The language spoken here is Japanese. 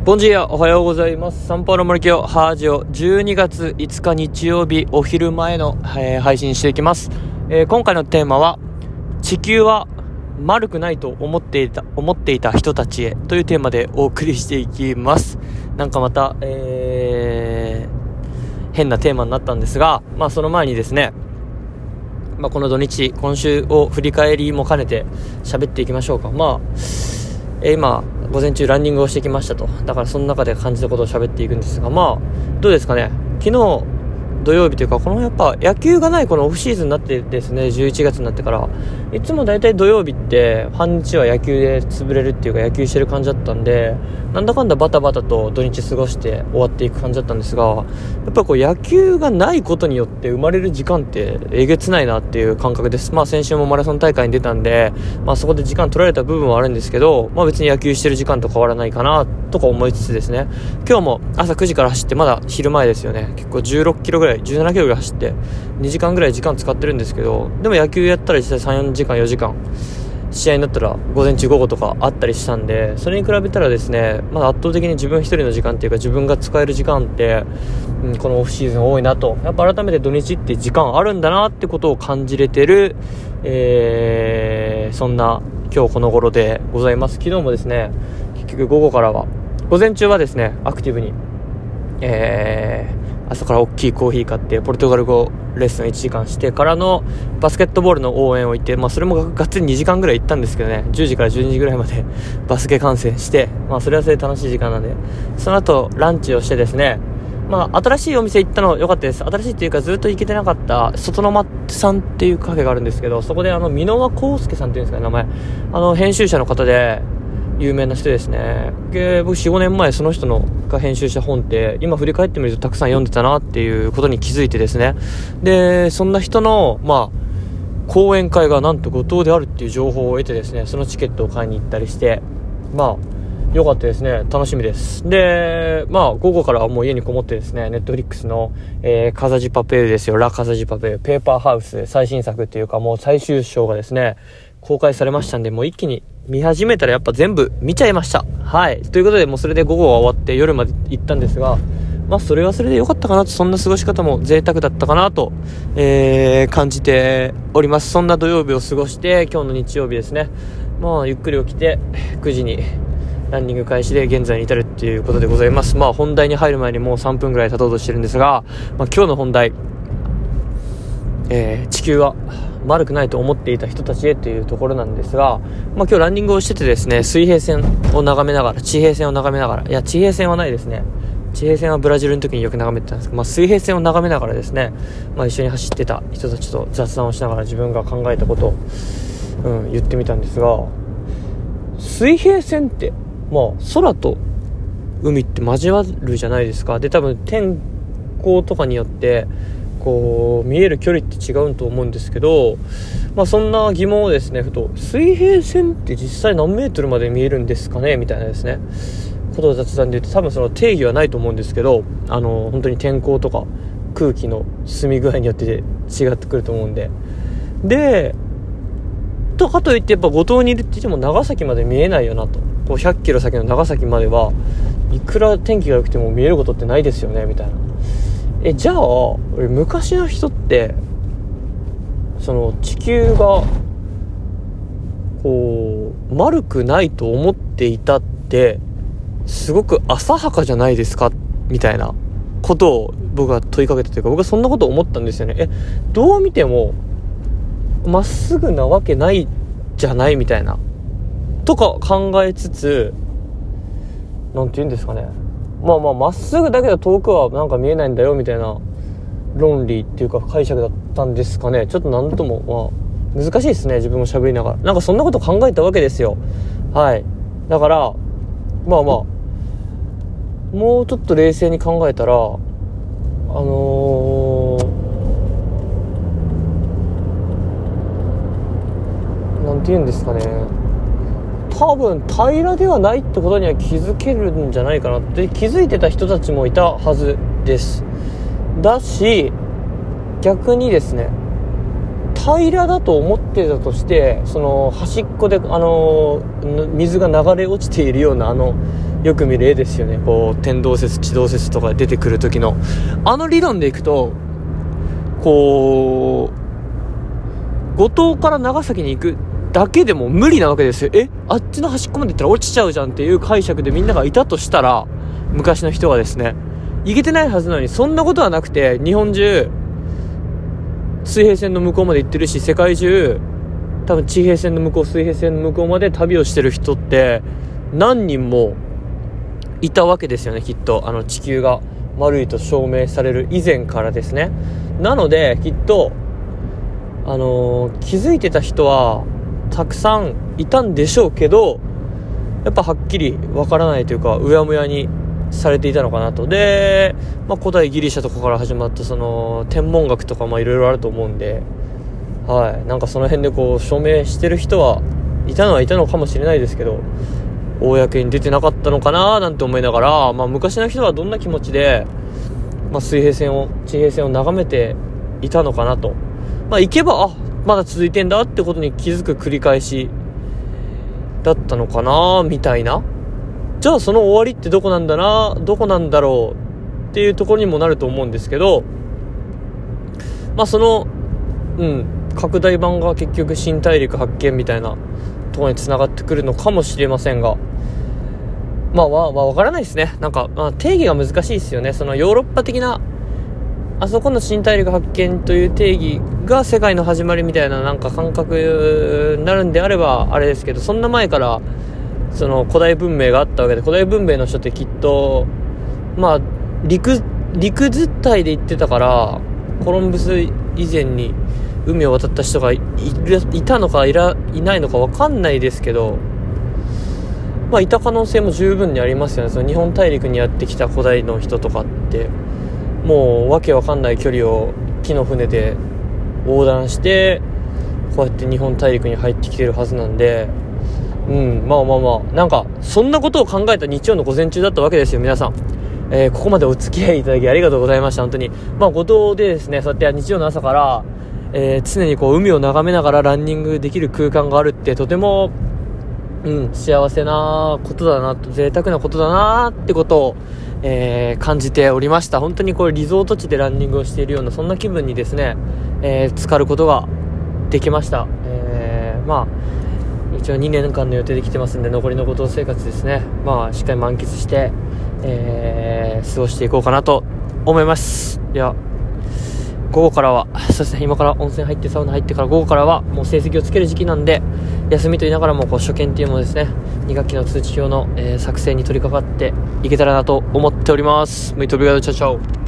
ボンジーア、おはようございます。サンパウロ森清ハージオ12月5日日曜日お昼前の、配信していきます。今回のテーマは地球は丸くないと思っていた人たちへというテーマでお送りしていきます。なんかまた、変なテーマになったんですが、その前にですね、この土日今週を振り返りも兼ねて喋っていきましょうか。今午前中ランニングをしてきましたと。だからその中で感じたことを喋っていくんですが、どうですかね。昨日土曜日というか、このやっぱ野球がないこのオフシーズンになってですね、11月になってからいつもだいたい土曜日って半日は野球で潰れるっていうか、野球してる感じだったんで、なんだかんだバタバタと土日過ごして終わっていく感じだったんですが、やっぱり野球がないことによって生まれる時間ってえげつないなっていう感覚です。先週もマラソン大会に出たんで、そこで時間取られた部分はあるんですけど、別に野球してる時間と変わらないかなとか思いつつですね、今日も朝9時から走って、まだ昼前ですよね。結構16キロぐらい17キロぐらい走って2時間ぐらい時間使ってるんですけど、でも野球やったら実際 3,4 時間4時間試合になったら午前中午後とかあったりしたんで、それに比べたらですね、圧倒的に自分一人の時間っていうか、自分が使える時間って、このオフシーズン多いなと。やっぱ改めて土日って時間あるんだなってことを感じれてる、そんな今日この頃でございます。昨日もですね、結局午後からは、午前中はですねアクティブに、朝から大きいコーヒー買ってポルトガル語レッスン1時間してからのバスケットボールの応援を行って、それもがっつり2時間ぐらい行ったんですけどね、10時から12時ぐらいまでバスケ観戦して、それはそれで楽しい時間なんで、その後ランチをしてですね、新しいお店行ったの良かったです。新しいっていうか、ずっと行けてなかった外のマさんっていうカフェがあるんですけど、そこで箕輪康介さんっていうんですかね、名前、編集者の方で有名な人ですね。僕 4,5 年前その人が編集した本って今振り返ってみるとたくさん読んでたなっていうことに気づいてですね、でそんな人の講演会がなんと五島であるっていう情報を得てですね、そのチケットを買いに行ったりして、良かったですね。楽しみです。で午後からはもう家にこもってですね、ネットフリックスの、カザジパペルですよ、ラカザジパペルペーパーハウス最新作っていうか、もう最終章がですね公開されましたんで、もう一気に見始めたらやっぱ全部見ちゃいました。ということで、もうそれで午後は終わって夜まで行ったんですが、それはそれで良かったかなと、そんな過ごし方も贅沢だったかなと、感じております。そんな土曜日を過ごして、今日の日曜日ですね、ゆっくり起きて9時にランニング開始で現在に至るっていうことでございます。本題に入る前にもう3分ぐらい経とうとしてるんですが、今日の本題、地球は丸くないと思っていた人たちへというところなんですが、今日ランニングをしててですね、水平線を眺めながら、地平線を眺めながら、いや地平線はないですね、地平線はブラジルの時によく眺めてたんですけど、水平線を眺めながらですね、一緒に走ってた人たちと雑談をしながら自分が考えたことを、言ってみたんですが、水平線って空と海って交わるじゃないですか。で多分天候とかによって見える距離って違うと思うんですけど、そんな疑問をですね、ふと水平線って実際何メートルまで見えるんですかねみたいなですねことを雑談で言って、多分その定義はないと思うんですけど、本当に天候とか空気の澄み具合によって違ってくると思うんで、かといってやっぱ五島にいるって言っても長崎まで見えないよなと。100キロ先の長崎まではいくら天気が良くても見えることってないですよねみたいな。じゃあ昔の人ってその地球が丸くないと思っていたってすごく浅はかじゃないですかみたいなことを僕は問いかけたというか、僕はそんなことを思ったんですよね。どう見てもまっすぐなわけないじゃないみたいなとか考えつつ、なんて言うんですかね、まっすぐだけど遠くはなんか見えないんだよみたいな論理っていうか解釈だったんですかね。ちょっとなんとも難しいですね。自分も喋りながらなんかそんなこと考えたわけですよ。だからもうちょっと冷静に考えたらなんて言うんですかね、多分平らではないってことには気づけるんじゃないかなって気づいてた人たちもいたはずです。だし逆にですね、平らだと思ってたとして、その端っこで水が流れ落ちているようなよく見る絵ですよね。こう天動説地動説とか出てくる時のあの理論でいくと、こう五島から長崎に行くだけでも無理なわけですよ。あっちの端っこまで行ったら落ちちゃうじゃんっていう解釈でみんながいたとしたら、昔の人がですね、行けてないはずなのに、そんなことはなくて、日本中水平線の向こうまで行ってるし、世界中多分地平線の向こう、水平線の向こうまで旅をしてる人って何人もいたわけですよね、きっと。地球が丸いと証明される以前からですね。なのできっと気づいてた人はたくさんいたんでしょうけど、やっぱはっきりわからないというか、うやむやにされていたのかなと。で、古代ギリシャとかから始まったその天文学とかいろいろあると思うんで、なんかその辺でこう証明してる人はいたのはいたのかもしれないですけど、公に出てなかったのかななんて思いながら、昔の人はどんな気持ちで、水平線を地平線を眺めていたのかなと。行けばまだ続いてんだってことに気づく繰り返しだったのかなみたいな。じゃあその終わりってどこなんだろうっていうところにもなると思うんですけど、その拡大版が結局新大陸発見みたいなところに繋がってくるのかもしれませんが、わからないですね。なんか、定義が難しいですよね。そのヨーロッパ的なあそこの新大陸発見という定義が世界の始まりみたいななんか感覚になるんであればあれですけど、そんな前からその古代文明があったわけで、古代文明の人ってきっと陸伝いで行ってたから、コロンブス以前に海を渡った人がいたのかいないのか分かんないですけど、いた可能性も十分にありますよね。その日本大陸にやってきた古代の人とかってもうわけわかんない距離を木の船で横断してこうやって日本大陸に入ってきてるはずなんで、なんかそんなことを考えた日曜の午前中だったわけですよ。皆さん、ここまでお付き合いいただきありがとうございました。本当に五島でですね、そうやって日曜の朝から、常にこう海を眺めながらランニングできる空間があるってとても幸せなことだなと、贅沢なことだなってことを、感じておりました。本当にこれリゾート地でランニングをしているようなそんな気分にですね、浸かることができました。一応2年間の予定で来てますんで、残りの五島生活ですね、しっかり満喫して、過ごしていこうかなと思います。では午後からはそうですね、今から温泉入ってサウナ入ってから午後からはもう成績をつける時期なんで、休みと言いながらもこう初見っていうものですね、2学期の通知表の、作成に取り掛かっていけたらなと思っております。Muito obrigado, tchau, tchau.